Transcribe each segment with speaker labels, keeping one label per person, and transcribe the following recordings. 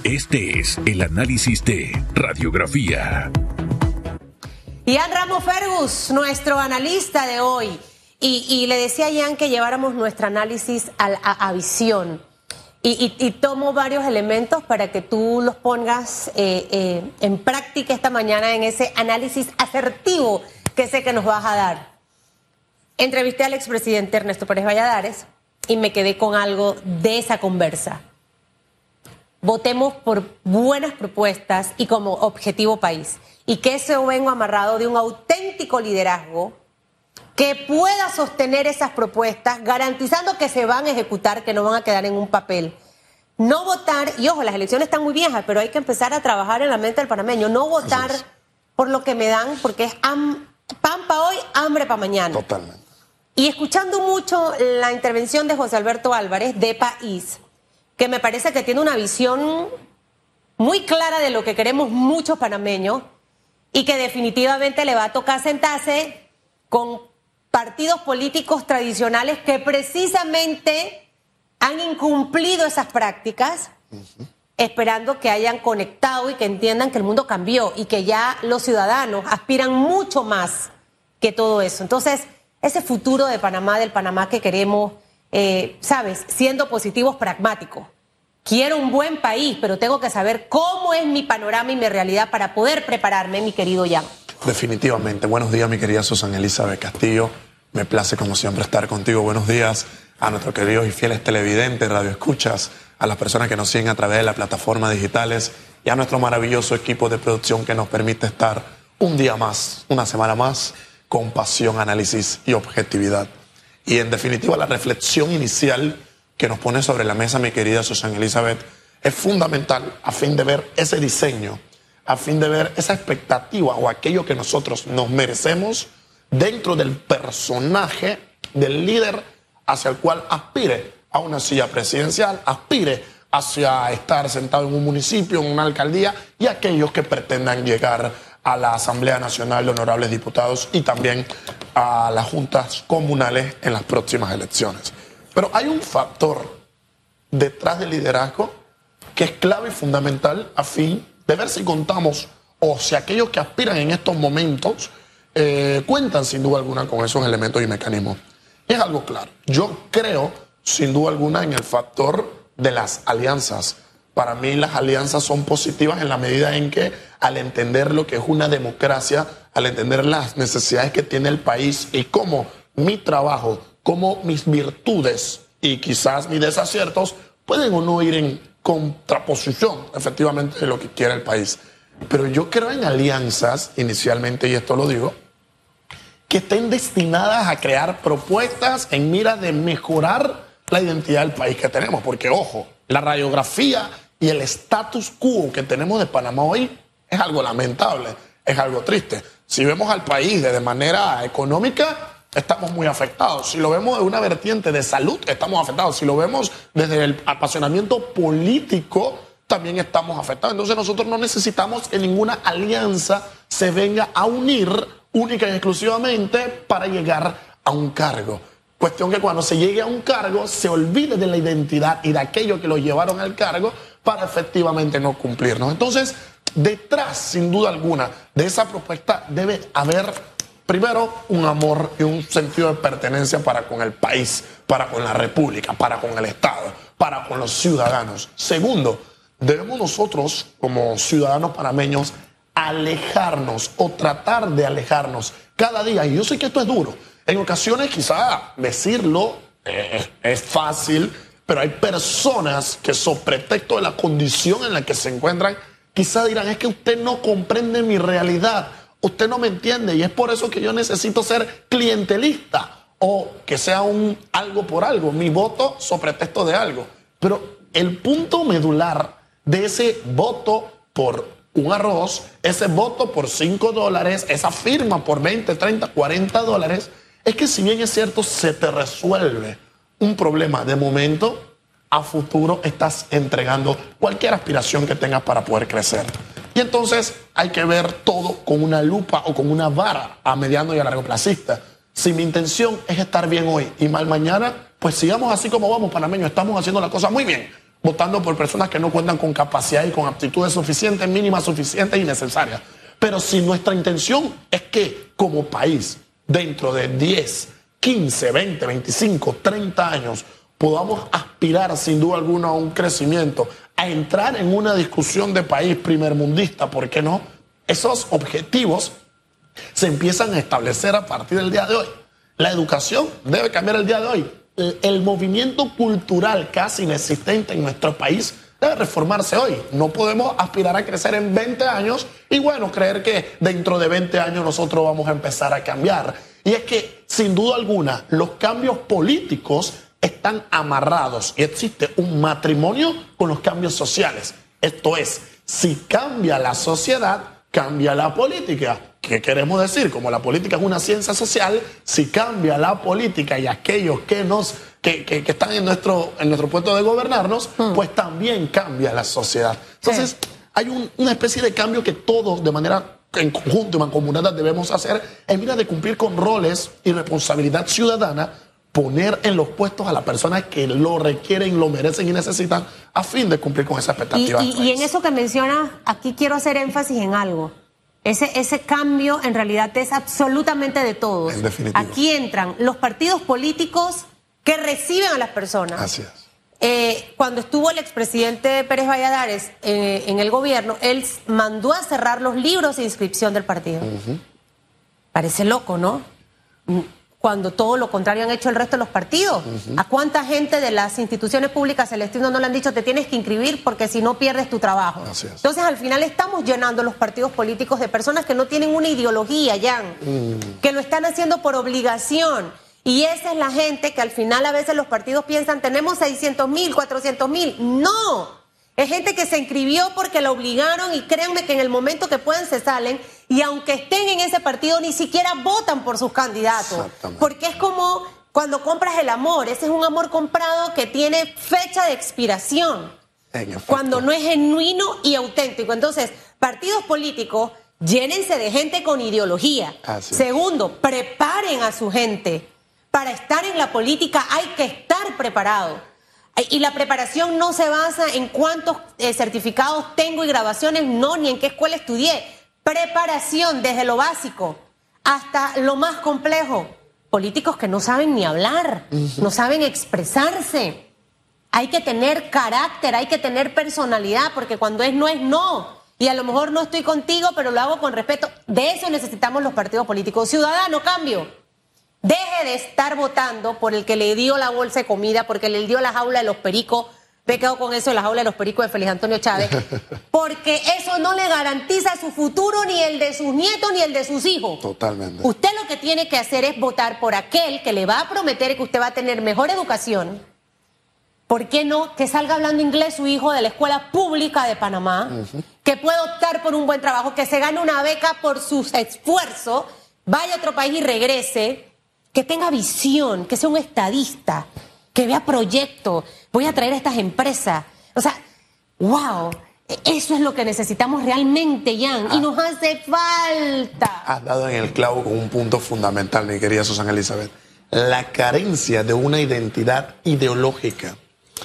Speaker 1: Este es el análisis de Radiografía.
Speaker 2: Ian Ramos Fergus, nuestro analista de hoy. Y le decía a Ian que lleváramos nuestro análisis a visión. Y tomo varios elementos para que tú los pongas en práctica esta mañana en ese análisis asertivo que sé que nos vas a dar. Entrevisté al expresidente Ernesto Pérez Valladares y me quedé con algo de esa conversa. Votemos por buenas propuestas y como objetivo país. Y que eso venga amarrado de un auténtico liderazgo que pueda sostener esas propuestas, garantizando que se van a ejecutar, que no van a quedar en un papel. No votar, y ojo, las elecciones están muy viejas, pero hay que empezar a trabajar en la mente del panameño. No votar por lo que me dan, porque es pan para hoy, hambre para mañana.
Speaker 3: Totalmente.
Speaker 2: Y escuchando mucho la intervención de José Alberto Álvarez de País, que me parece que tiene una visión muy clara de lo que queremos muchos panameños y que definitivamente le va a tocar sentarse con partidos políticos tradicionales que precisamente han incumplido esas prácticas, esperando que hayan conectado y que entiendan que el mundo cambió y que ya los ciudadanos aspiran mucho más que todo eso. Entonces, ese futuro de Panamá, del Panamá que queremos, ¿sabes? Siendo positivos, pragmáticos. Quiero un buen país, pero tengo que saber cómo es mi panorama y mi realidad para poder prepararme, mi querido Ian.
Speaker 3: Definitivamente. Buenos días, mi querida Susana Elizabeth Castillo. Me place, como siempre, estar contigo. Buenos días a nuestros queridos y fieles televidentes, radioescuchas, a las personas que nos siguen a través de las plataformas digitales y a nuestro maravilloso equipo de producción que nos permite estar un día más, una semana más, con pasión, análisis y objetividad. Y en definitiva, la reflexión inicial que nos pone sobre la mesa, mi querida Susana Elizabeth, es fundamental a fin de ver ese diseño, a fin de ver esa expectativa o aquello que nosotros nos merecemos dentro del personaje del líder hacia el cual aspire a una silla presidencial, aspire hacia estar sentado en un municipio, en una alcaldía, y aquellos que pretendan llegar a la Asamblea Nacional de Honorables Diputados y también a las juntas comunales en las próximas elecciones. Pero hay un factor detrás del liderazgo que es clave y fundamental a fin de ver si contamos o si aquellos que aspiran en estos momentos cuentan sin duda alguna con esos elementos y mecanismos. Es algo claro. Yo creo sin duda alguna en el factor de las alianzas. Para mí las alianzas son positivas en la medida en que al entender lo que es una democracia, al entender las necesidades que tiene el país y cómo mi trabajo, cómo mis virtudes y quizás mis desaciertos pueden o no ir en contraposición efectivamente de lo que quiere el país. Pero yo creo en alianzas inicialmente, y esto lo digo, que estén destinadas a crear propuestas en mira de mejorar la identidad del país que tenemos. Porque, ojo, la radiografía y el status quo que tenemos de Panamá hoy es algo lamentable, es algo triste. Si vemos al país de manera económica, estamos muy afectados. Si lo vemos de una vertiente de salud, estamos afectados. Si lo vemos desde el apasionamiento político, también estamos afectados. Entonces nosotros no necesitamos que ninguna alianza se venga a unir única y exclusivamente para llegar a un cargo. Cuestión que cuando se llegue a un cargo se olvide de la identidad y de aquello que lo llevaron al cargo para efectivamente no cumplirnos. Entonces, detrás, sin duda alguna, de esa propuesta debe haber, primero, un amor y un sentido de pertenencia para con el país, para con la república, para con el Estado, para con los ciudadanos. Segundo, debemos nosotros, como ciudadanos panameños, alejarnos o tratar de alejarnos cada día. Y yo sé que esto es duro. En ocasiones quizá decirlo es fácil, pero hay personas que sobre pretexto de la condición en la que se encuentran, quizá dirán, es que usted no comprende mi realidad, usted no me entiende y es por eso que yo necesito ser clientelista o que sea un algo por algo, mi voto sobre pretexto de algo. Pero el punto medular de ese voto por un arroz, ese voto por $5, esa firma por 20, 30, 40 dólares, es que si bien es cierto, se te resuelve un problema de momento, a futuro estás entregando cualquier aspiración que tengas para poder crecer. Y entonces hay que ver todo con una lupa o con una vara a mediano y a largo plazista. Si mi intención es estar bien hoy y mal mañana, pues sigamos así como vamos, panameños, estamos haciendo la cosa muy bien.
Speaker 4: votando por personas que no cuentan con capacidad y con aptitudes suficientes, mínimas suficientes y necesarias. Pero si nuestra intención es que como país, dentro de 10, 15, 20, 25, 30 años, podamos aspirar sin duda alguna a un crecimiento, a entrar en una discusión de país primermundista, ¿por qué no? Esos objetivos se empiezan a establecer a partir del día de hoy. La educación debe cambiar el día de hoy. El movimiento cultural casi inexistente en nuestro país debe reformarse hoy. No podemos aspirar a crecer en 20 años y bueno, creer que dentro de 20 años nosotros vamos a empezar a cambiar. Y es que, sin duda alguna, los cambios políticos están amarrados y existe un matrimonio con los cambios sociales. Esto es, si cambia la sociedad, cambia la política. ¿Qué queremos decir? Como la política es una ciencia social, si cambia la política y aquellos que están en nuestro puesto de gobernarnos, pues también cambia la sociedad. Entonces, hay una especie de cambio que todos, de manera en conjunto y mancomunada, debemos hacer en mira de cumplir con roles y responsabilidad ciudadana, poner en los puestos a las personas que lo requieren, lo merecen y necesitan a fin de cumplir con esa expectativa.
Speaker 2: Y en eso que mencionas, aquí quiero hacer énfasis en algo. Ese cambio en realidad es absolutamente de todos.
Speaker 3: En definitiva.
Speaker 2: Aquí entran los partidos políticos que reciben a las personas.
Speaker 3: Así es.
Speaker 2: Cuando estuvo el expresidente Pérez Valladares en el gobierno, él mandó a cerrar los libros de inscripción del partido. Parece loco, ¿no? Cuando todo lo contrario han hecho el resto de los partidos. ¿A cuánta gente de las instituciones públicas, Celestino, no le han dicho te tienes que inscribir porque si no pierdes tu trabajo?
Speaker 3: Así es.
Speaker 2: Entonces al final estamos llenando los partidos políticos de personas que no tienen una ideología, Jan, que lo están haciendo por obligación. Y esa es la gente que al final a veces los partidos piensan tenemos 600,000, 400,000. ¡No! Es gente que se inscribió porque la obligaron y créanme que en el momento que pueden se salen y aunque estén en ese partido ni siquiera votan por sus candidatos. Porque es como cuando compras el amor, ese es un amor comprado que tiene fecha de expiración. Cuando no es genuino y auténtico. Entonces, partidos políticos, llénense de gente con ideología. Segundo, preparen a su gente. Para estar en la política hay que estar preparado. Y la preparación no se basa en cuántos certificados tengo y grabaciones, no, ni en qué escuela estudié. Preparación desde lo básico hasta lo más complejo. Políticos que no saben ni hablar, no saben expresarse. Hay que tener carácter, hay que tener personalidad, porque cuando es no. Y a lo mejor no estoy contigo, pero lo hago con respeto. De eso necesitamos los partidos políticos. Ciudadano, cambio. Deje de estar votando por el que le dio la bolsa de comida, porque le dio la jaula de los pericos. Me he quedado con eso de la jaula de los pericos de Félix Antonio Chávez. Porque eso no le garantiza su futuro, ni el de sus nietos, ni el de sus hijos.
Speaker 3: Totalmente.
Speaker 2: Usted lo que tiene que hacer es votar por aquel que le va a prometer que usted va a tener mejor educación. ¿Por qué no? Que salga hablando inglés su hijo de la escuela pública de Panamá, que pueda optar por un buen trabajo, que se gane una beca por sus esfuerzos, vaya a otro país y regrese. Que tenga visión, que sea un estadista, que vea proyectos, voy a traer a estas empresas. O sea, wow, eso es lo que necesitamos realmente, Jan, y nos hace falta.
Speaker 3: Has dado en el clavo con un punto fundamental, mi querida Susana Elizabeth. La carencia de una identidad ideológica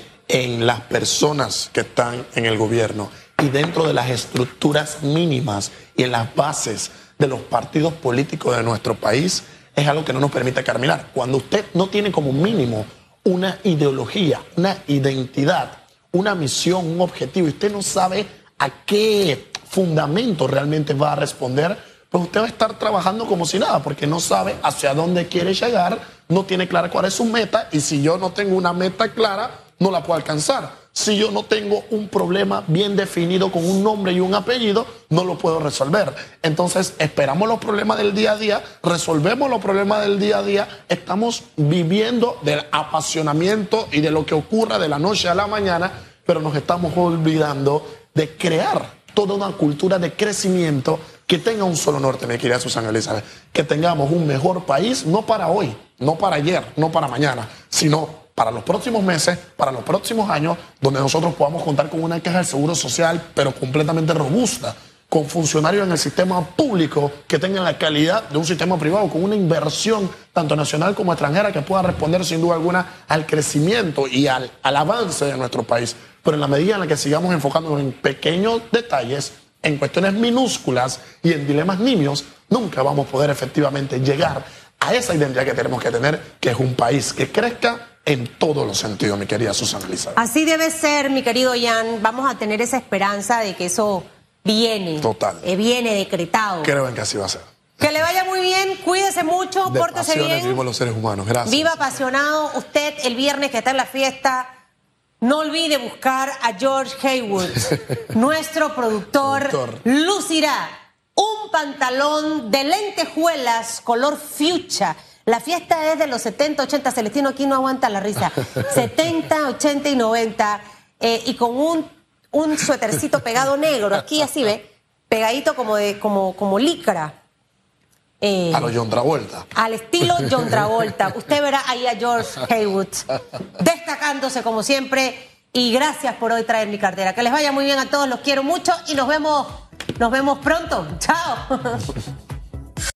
Speaker 3: en las personas que están en el gobierno y dentro de las estructuras mínimas y en las bases de los partidos políticos de nuestro país es algo que no nos permite caminar. Cuando usted no tiene como mínimo una ideología, una identidad, una misión, un objetivo, y usted no sabe a qué fundamento realmente va a responder, pues usted va a estar trabajando como si nada, porque no sabe hacia dónde quiere llegar, no tiene clara cuál es su meta, y si yo no tengo una meta clara, no la puedo alcanzar. Si yo no tengo un problema bien definido con un nombre y un apellido, no lo puedo resolver. Entonces, esperamos los problemas del día a día, resolvemos los problemas del día a día, estamos viviendo del apasionamiento y de lo que ocurra de la noche a la mañana, pero nos estamos olvidando de crear toda una cultura de crecimiento que tenga un solo norte, mi querida Susana Elizabeth, que tengamos un mejor país, no para hoy, no para ayer, no para mañana, sino para los próximos meses, para los próximos años, donde nosotros podamos contar con una caja de seguro social, pero completamente robusta,
Speaker 4: con funcionarios en el sistema público que tengan la calidad de un sistema privado, con una inversión tanto nacional como extranjera que pueda responder sin duda alguna al crecimiento y al avance de nuestro país. Pero en la medida en la que sigamos enfocándonos en pequeños detalles, en cuestiones minúsculas y en dilemas nimios, nunca vamos a poder efectivamente llegar a esa identidad que tenemos que tener, que es un país que crezca en todos los sentidos, mi querida Susana Elizabeth.
Speaker 2: Así debe ser, mi querido Jan. Vamos a tener esa esperanza de que eso viene.
Speaker 4: Total.
Speaker 2: Viene decretado.
Speaker 4: Creo en que así va a ser.
Speaker 2: Que le vaya muy bien, cuídese mucho,
Speaker 3: De
Speaker 2: pórtese
Speaker 3: pasiones
Speaker 2: bien.
Speaker 3: vivimos los seres humanos. Gracias.
Speaker 2: Viva apasionado. Usted el viernes que está en la fiesta, no olvide buscar a George Haywood, nuestro productor. Lucirá un pantalón de lentejuelas color fuchsia. La fiesta es de los 70, 80. Celestino aquí no aguanta la risa. 70, 80 y 90. Y con un suétercito pegado negro. Aquí así ve, pegadito como licra.
Speaker 3: A lo John Travolta.
Speaker 2: Al estilo John Travolta. Usted verá ahí a George Haywood destacándose como siempre. Y gracias por hoy traer mi cartera. Que les vaya muy bien a todos, los quiero mucho y nos vemos pronto. Chao.